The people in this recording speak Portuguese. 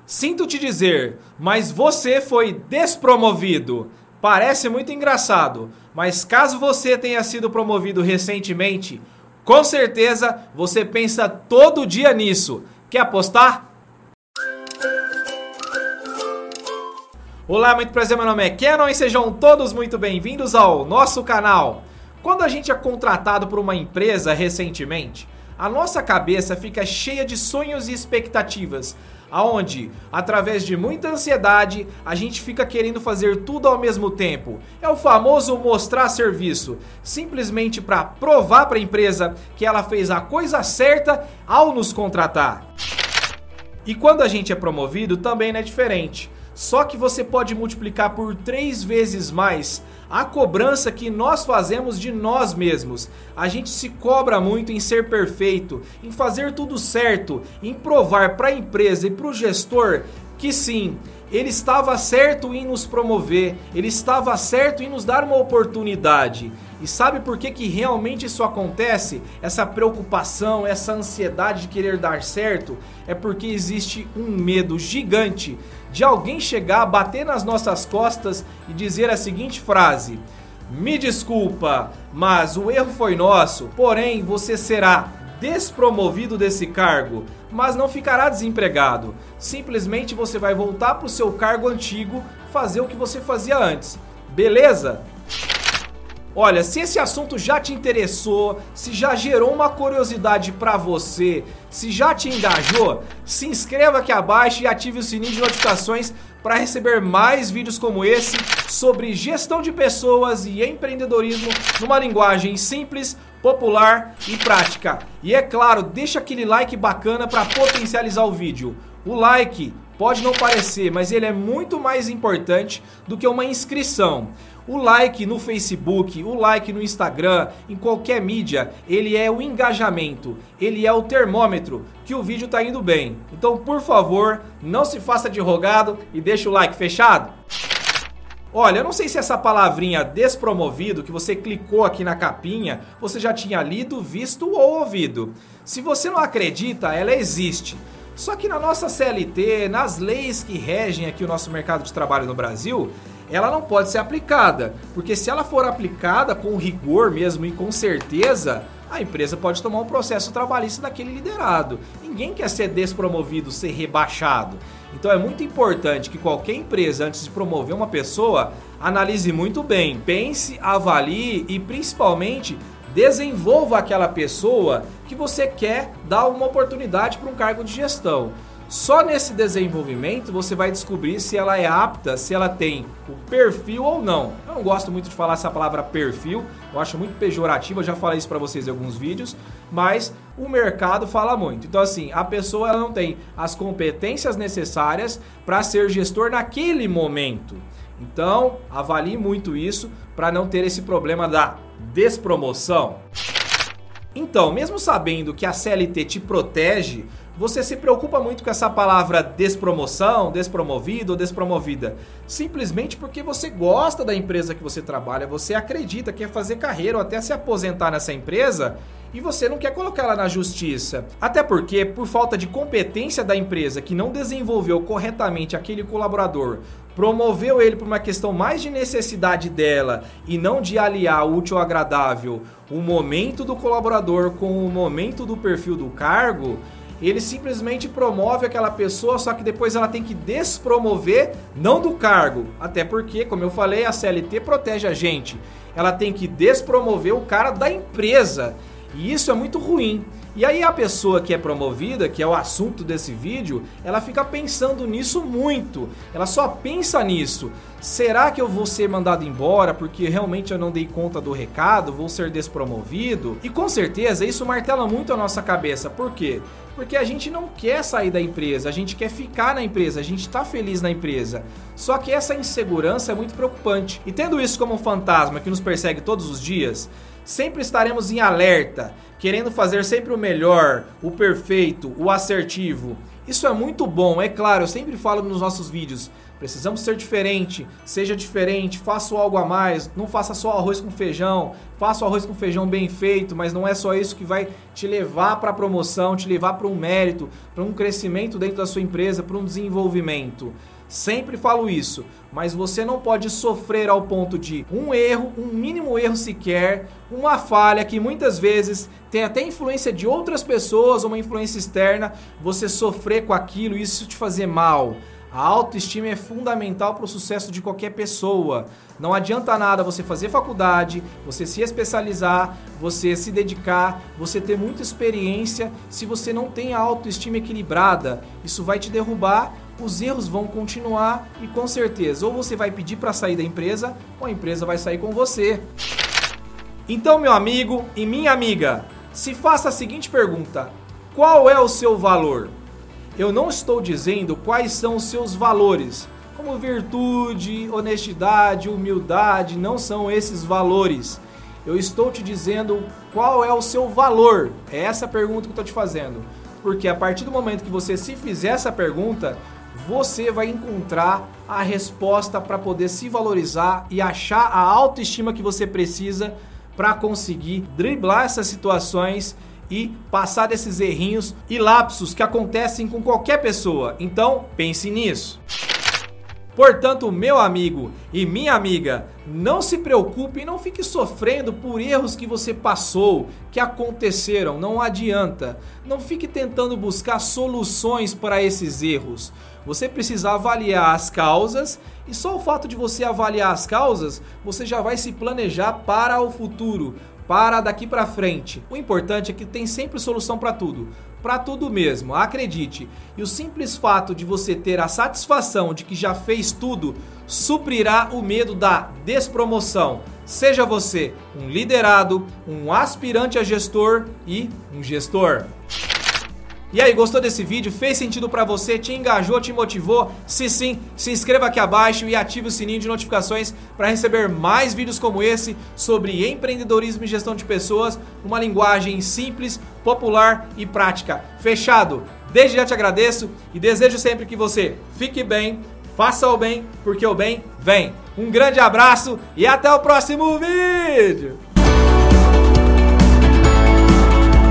Sinto te dizer, mas você foi despromovido. Parece muito engraçado, mas caso você tenha sido promovido recentemente, com certeza você pensa todo dia nisso. Quer apostar? Olá, muito prazer, meu nome é Kenon e sejam todos muito bem-vindos ao nosso canal. Quando a gente é contratado por uma empresa recentemente, a nossa cabeça fica cheia de sonhos e expectativas, aonde, através de muita ansiedade, a gente fica querendo fazer tudo ao mesmo tempo. É o famoso mostrar serviço, simplesmente para provar para a empresa que ela fez a coisa certa ao nos contratar. E quando a gente é promovido, também não é diferente. Só que você pode multiplicar por 3 vezes mais a cobrança que nós fazemos de nós mesmos. A gente se cobra muito em ser perfeito, em fazer tudo certo, em provar para a empresa e para o gestor que sim, ele estava certo em nos promover, ele estava certo em nos dar uma oportunidade. E sabe por que realmente isso acontece? Essa preocupação, essa ansiedade de querer dar certo, é porque existe um medo gigante de alguém chegar, bater nas nossas costas e dizer a seguinte frase: me desculpa, mas o erro foi nosso, porém você será despromovido desse cargo, mas não ficará desempregado. Simplesmente você vai voltar para o seu cargo antigo, fazer o que você fazia antes. Beleza? Olha, se esse assunto já te interessou, se já gerou uma curiosidade pra você, se já te engajou, se inscreva aqui abaixo e ative o sininho de notificações para receber mais vídeos como esse sobre gestão de pessoas e empreendedorismo numa linguagem simples, popular e prática. E é claro, deixa aquele like bacana para potencializar o vídeo. O like pode não parecer, mas ele é muito mais importante do que uma inscrição. O like no Facebook, o like no Instagram, em qualquer mídia, ele é o engajamento, ele é o termômetro que o vídeo tá indo bem. Então, por favor, não se faça de rogado e deixa o like fechado. Olha, eu não sei se essa palavrinha despromovido que você clicou aqui na capinha, você já tinha lido, visto ou ouvido. Se você não acredita, ela existe. Só que na nossa CLT, nas leis que regem aqui o nosso mercado de trabalho no Brasil, ela não pode ser aplicada, porque se ela for aplicada com rigor mesmo e com certeza, a empresa pode tomar um processo trabalhista daquele liderado. Ninguém quer ser despromovido, ser rebaixado. Então é muito importante que qualquer empresa, antes de promover uma pessoa, analise muito bem, pense, avalie e principalmente desenvolva aquela pessoa que você quer dar uma oportunidade para um cargo de gestão. Só nesse desenvolvimento você vai descobrir se ela é apta, se ela tem o perfil ou não. Eu não gosto muito de falar essa palavra perfil, eu acho muito pejorativo, eu já falei isso para vocês em alguns vídeos, mas o mercado fala muito. Então assim, a pessoa ela não tem as competências necessárias para ser gestor naquele momento. Então, avalie muito isso para não ter esse problema da despromoção. Então, mesmo sabendo que a CLT te protege, você se preocupa muito com essa palavra despromoção, despromovido ou despromovida, simplesmente porque você gosta da empresa que você trabalha, você acredita que quer fazer carreira ou até se aposentar nessa empresa e você não quer colocar ela na justiça. Até porque, por falta de competência da empresa que não desenvolveu corretamente aquele colaborador, promoveu ele por uma questão mais de necessidade dela e não de aliar útil ao agradável o momento do colaborador com o momento do perfil do cargo, ele simplesmente promove aquela pessoa, só que depois ela tem que despromover, não do cargo. Até porque, como eu falei, a CLT protege a gente. Ela tem que despromover o cara da empresa. E isso é muito ruim. E aí a pessoa que é promovida, que é o assunto desse vídeo, ela fica pensando nisso muito. Ela só pensa nisso. Será que eu vou ser mandado embora porque realmente eu não dei conta do recado? Vou ser despromovido? E com certeza isso martela muito a nossa cabeça. Por quê? Porque a gente não quer sair da empresa, a gente quer ficar na empresa, a gente está feliz na empresa. Só que essa insegurança é muito preocupante. E tendo isso como um fantasma que nos persegue todos os dias, sempre estaremos em alerta, querendo fazer sempre o melhor, o perfeito, o assertivo. Isso é muito bom, é claro, eu sempre falo nos nossos vídeos, Precisamos ser diferente, seja diferente, faça algo a mais, não faça só arroz com feijão, faça o arroz com feijão bem feito, mas não é só isso que vai te levar para a promoção, te levar para um mérito, para um crescimento dentro da sua empresa, para um desenvolvimento. Sempre falo isso, mas você não pode sofrer ao ponto de um erro, um mínimo erro sequer, uma falha que muitas vezes tem até influência de outras pessoas, uma influência externa, você sofrer com aquilo e isso te fazer mal. A autoestima é fundamental para o sucesso de qualquer pessoa. Não adianta nada você fazer faculdade, você se especializar, você se dedicar, você ter muita experiência, se você não tem a autoestima equilibrada. Isso vai te derrubar, os erros vão continuar e com certeza ou você vai pedir para sair da empresa ou a empresa vai sair com você. Então, meu amigo e minha amiga, se faça a seguinte pergunta: qual é o seu valor? Eu não estou dizendo quais são os seus valores, como virtude, honestidade, humildade, não são esses valores. Eu estou te dizendo qual é o seu valor. É essa a pergunta que eu estou te fazendo. Porque a partir do momento que você se fizer essa pergunta, você vai encontrar a resposta para poder se valorizar e achar a autoestima que você precisa para conseguir driblar essas situações e passar desses errinhos e lapsos que acontecem com qualquer pessoa. Então, pense nisso. Portanto, meu amigo e minha amiga, não se preocupe e não fique sofrendo por erros que você passou, que aconteceram, não adianta. Não fique tentando buscar soluções para esses erros. Você precisa avaliar as causas e só o fato de você avaliar as causas, você já vai se planejar para o futuro, para daqui para frente. O importante é que tem sempre solução para tudo mesmo, acredite. E o simples fato de você ter a satisfação de que já fez tudo, suprirá o medo da despromoção. Seja você um liderado, um aspirante a gestor e um gestor. E aí, gostou desse vídeo? Fez sentido pra você? Te engajou, te motivou? Se sim, se inscreva aqui abaixo e ative o sininho de notificações para receber mais vídeos como esse sobre empreendedorismo e gestão de pessoas, numa linguagem simples, popular e prática. Fechado? Desde já te agradeço e desejo sempre que você fique bem, faça o bem, porque o bem vem. Um grande abraço e até o próximo vídeo!